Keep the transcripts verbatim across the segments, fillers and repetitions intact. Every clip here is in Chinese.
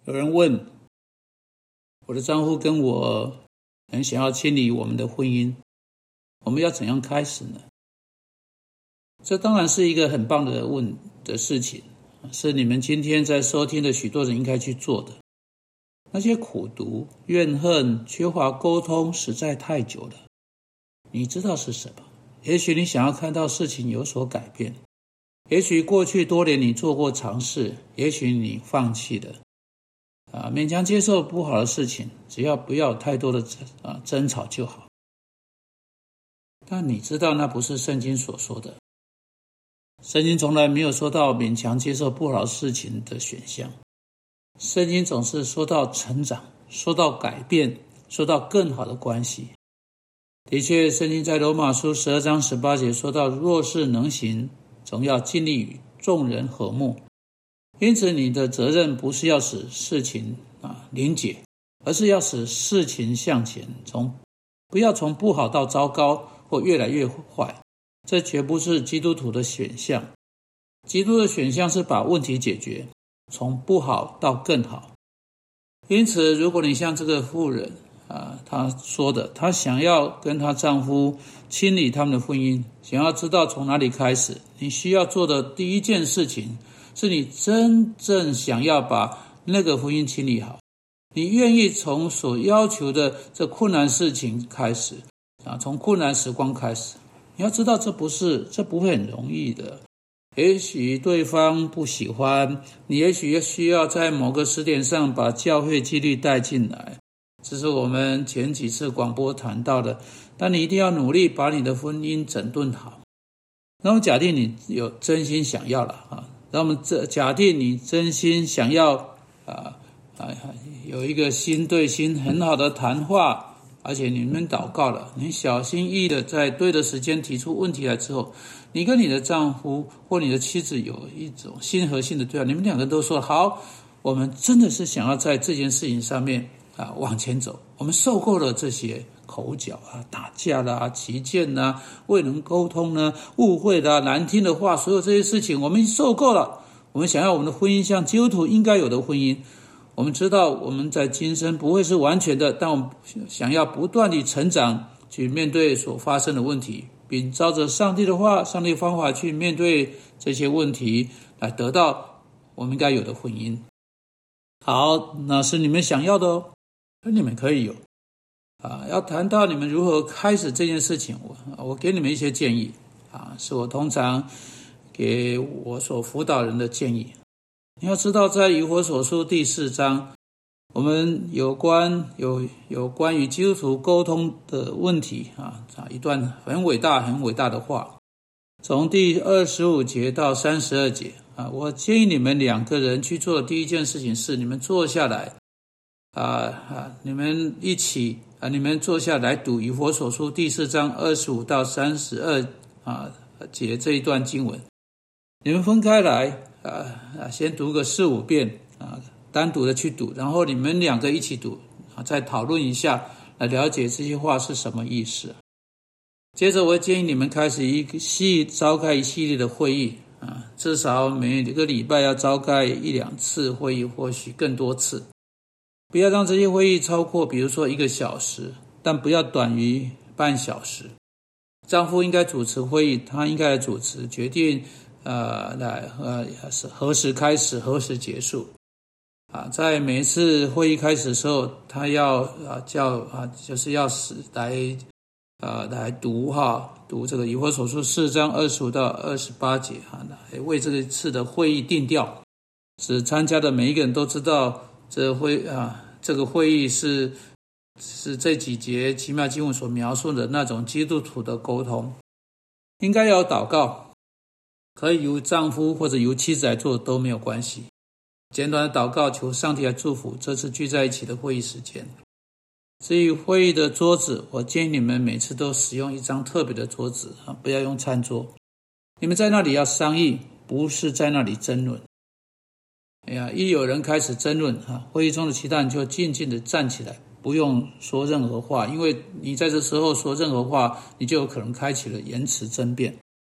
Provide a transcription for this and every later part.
有人问，我的丈夫跟我很想要清理我们的婚姻，我们要怎样开始呢？这当然是一个很棒的问的事情，是你们今天在收听的许多人应该去做的。那些苦毒、怨恨、缺乏沟通实在太久了，你知道是什么？也许你想要看到事情有所改变，也许过去多年你做过尝试，也许你放弃了啊，勉强接受不好的事情，只要不要太多的啊争吵就好。但你知道那不是圣经所说的，圣经从来没有说到勉强接受不好的事情的选项，圣经总是说到成长，说到改变，说到更好的关系。的确，圣经在罗马书十二章十八节说到，若是能行，总要尽力与众人和睦。因此你的责任不是要使事情啊临解，而是要使事情向前，从不要从不好到糟糕或越来越坏。这绝不是基督徒的选项。基督的选项是把问题解决，从不好到更好。因此如果你像这个妇人啊，她说的，她想要跟她丈夫清理他们的婚姻，想要知道从哪里开始，你需要做的第一件事情是你真正想要把那个婚姻清理好，你愿意从所要求的这困难事情开始啊，从困难时光开始。你要知道这不是这不会很容易的，也许对方不喜欢你，也许需要在某个时点上把教会纪律带进来，这是我们前几次广播谈到的。但你一定要努力把你的婚姻整顿好。那么假定你有真心想要了啊，那么这假定你真心想要啊啊有一个心对心很好的谈话，而且你们祷告了，你小心翼翼的在对的时间提出问题来之后，你跟你的丈夫或你的妻子有一种心和心的对话，你们两个都说好，我们真的是想要在这件事情上面啊往前走，我们受够了这些口角啊、打架啦、歧见啦、未能沟通啦、误会啦、难听的话，所有这些事情我们受够了。我们想要我们的婚姻像基督徒应该有的婚姻。我们知道我们在今生不会是完全的，但我们想要不断地成长，去面对所发生的问题，并照着上帝的话、上帝的方法去面对这些问题，来得到我们应该有的婚姻。好，那是你们想要的哦，你们可以有啊。要谈到你们如何开始这件事情，我我给你们一些建议啊，是我通常给我所辅导人的建议。你要知道，在以弗所书第四章，我们有关有有关于基督徒沟通的问题啊，一段很伟大很伟大的话，从第二十五节到三十二节啊，我建议你们两个人去做的第一件事情是，你们坐下来啊啊，你们一起啊，你们坐下来读以弗所书第四章二十五到三十二啊节这一段经文，你们分开来。啊，先读个四五遍啊，单独的去读，然后你们两个一起读啊，再讨论一下，来了解这些话是什么意思。接着，我建议你们开始一个系召开一系列的会议啊，至少每个礼拜要召开一两次会议，或许更多次。不要让这些会议超过，比如说一个小时，但不要短于半小时。丈夫应该主持会议，他应该来主持决定。呃，来呃是何时开始，何时结束啊？在每一次会议开始的时候，他要啊叫啊，就是要使来啊来读哈，读这个以弗所书四章二十五到二十八节哈，来为这个次的会议定调，使参加的每一个人都知道这会啊这个会议是是这几节奇妙经文所描述的那种基督徒的沟通，应该要祷告。可以由丈夫或者由妻子来做都没有关系。简短的祷告，求上帝来祝福这次聚在一起的会议时间。至于会议的桌子，我建议你们每次都使用一张特别的桌子，不要用餐桌。你们在那里要商议，不是在那里争论。哎呀，一有人开始争论，会议中的其他人就静静的站起来，不用说任何话，因为你在这时候说任何话，你就有可能开启了言辞争辩。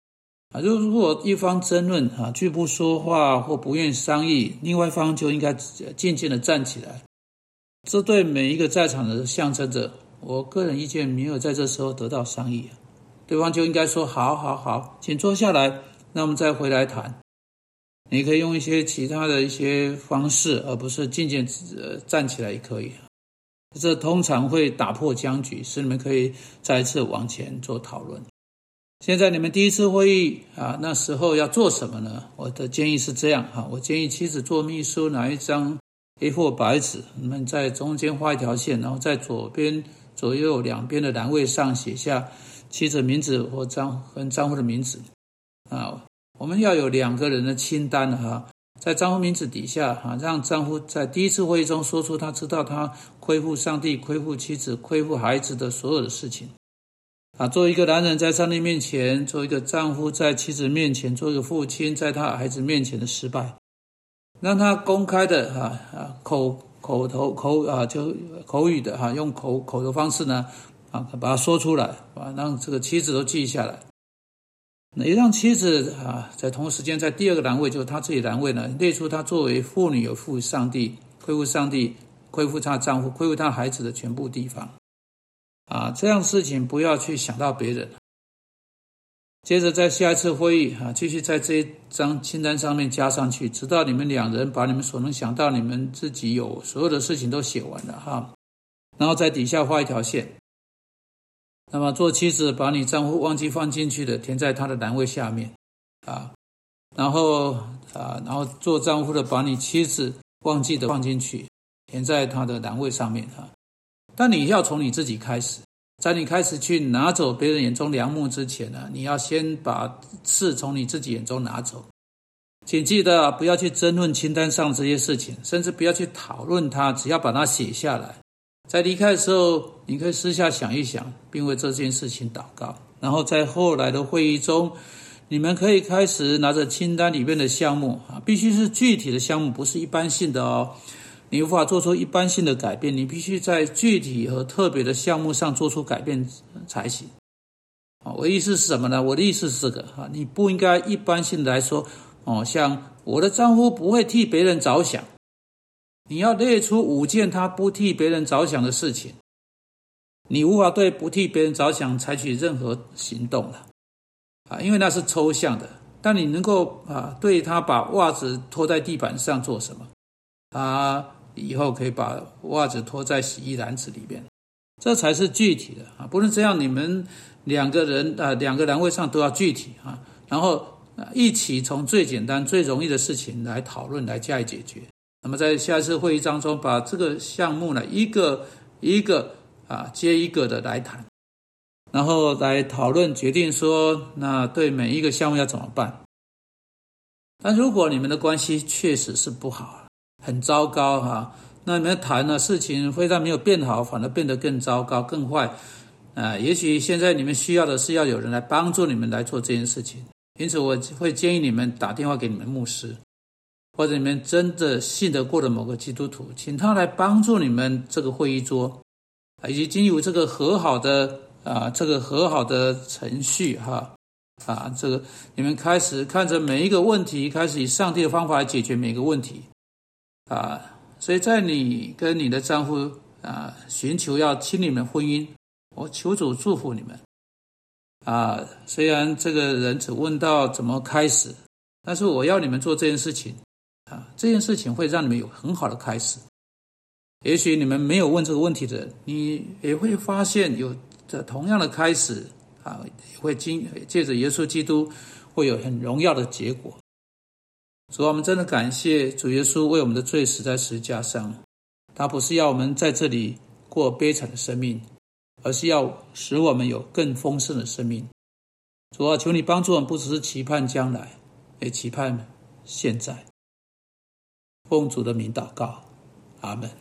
啊，如果一方争论啊，拒不说话或不愿商议，另外一方就应该静静的站起来。这对每一个在场的象征着，我个人意见没有在这时候得到商议，对方就应该说好好好，请坐下来，那我们再回来谈。你可以用一些其他的一些方式，而不是静静站起来也可以。这通常会打破僵局，使你们可以再一次往前做讨论。现在你们第一次会议啊，那时候要做什么呢？我的建议是这样哈，我建议妻子做秘书，拿一张 A 四 白纸，你们在中间画一条线，然后在左边左右两边的栏位上写下妻子名字或丈跟丈夫的名字啊。我们要有两个人的清单哈，在丈夫名字底下哈，让丈夫在第一次会议中说出他知道他亏负上帝、亏负妻子、亏负孩子的所有的事情。啊，做一个男人在上帝面前，做一个丈夫在妻子面前，做一个父亲在他孩子面前的失败，让他公开的啊啊口口头口啊就口语的哈、啊，用口口的方式呢啊把它说出来，啊让这个妻子都记下来。也让妻子啊在同时间在第二个栏位，就是他自己栏位呢，列出他作为妇女有负上帝、亏负上帝、亏负她丈夫、亏负她孩子的全部地方。啊，这样事情不要去想到别人。接着在下一次会议啊，继续在这一张清单上面加上去，直到你们两人把你们所能想到你们自己有所有的事情都写完了哈，然后在底下画一条线。那么做妻子把你丈夫忘记放进去的填在他的栏位下面啊，然后啊，然后做丈夫的把你妻子忘记的放进去填在他的栏位上面啊。但你要从你自己开始，在你开始去拿走别人眼中梁木之前呢，你要先把刺从你自己眼中拿走。请记得不要去争论清单上这些事情，甚至不要去讨论它，只要把它写下来。在离开的时候，你可以私下想一想，并为这件事情祷告。然后在后来的会议中，你们可以开始拿着清单里面的项目啊，必须是具体的项目，不是一般性的哦。你无法做出一般性的改变，你必须在具体和特别的项目上做出改变才行。我的意思是什么呢？我的意思是这个，你不应该一般性的来说，像我的丈夫不会替别人着想，你要列出五件他不替别人着想的事情。你无法对不替别人着想采取任何行动了，因为那是抽象的。但你能够啊对他把袜子拖在地板上做什么？他以后可以把袜子拖在洗衣篮子里面，这才是具体的啊！不能这样，你们两个人啊，两个栏位上都要具体啊，然后一起从最简单、最容易的事情来讨论，来加以解决。那么在下一次会议当中，把这个项目呢，一个一个啊接一个的来谈，然后来讨论决定说，那对每一个项目要怎么办？但如果你们的关系确实是不好，很糟糕哈，那你们谈的事情非但没有变好，反而变得更糟糕、更坏。啊，也许现在你们需要的是要有人来帮助你们来做这件事情。因此我会建议你们打电话给你们牧师，或者你们真的信得过的某个基督徒，请他来帮助你们这个会议桌，以及经由这个和好的啊，这个和好的程序哈。啊，这个你们开始看着每一个问题，开始以上帝的方法来解决每个问题。啊，所以在你跟你的丈夫啊寻求要亲你们婚姻，我求主祝福你们。啊，虽然这个人只问到怎么开始，但是我要你们做这件事情啊，这件事情会让你们有很好的开始。也许你们没有问这个问题的人，你也会发现有这同样的开始啊，也会经借着耶稣基督会有很荣耀的结果。主啊，我们真的感谢主耶稣为我们的罪死在十字架上，他不是要我们在这里过悲惨的生命，而是要使我们有更丰盛的生命。主啊，求你帮助我们，不只是期盼将来，也期盼现在。奉主的名祷告，阿们。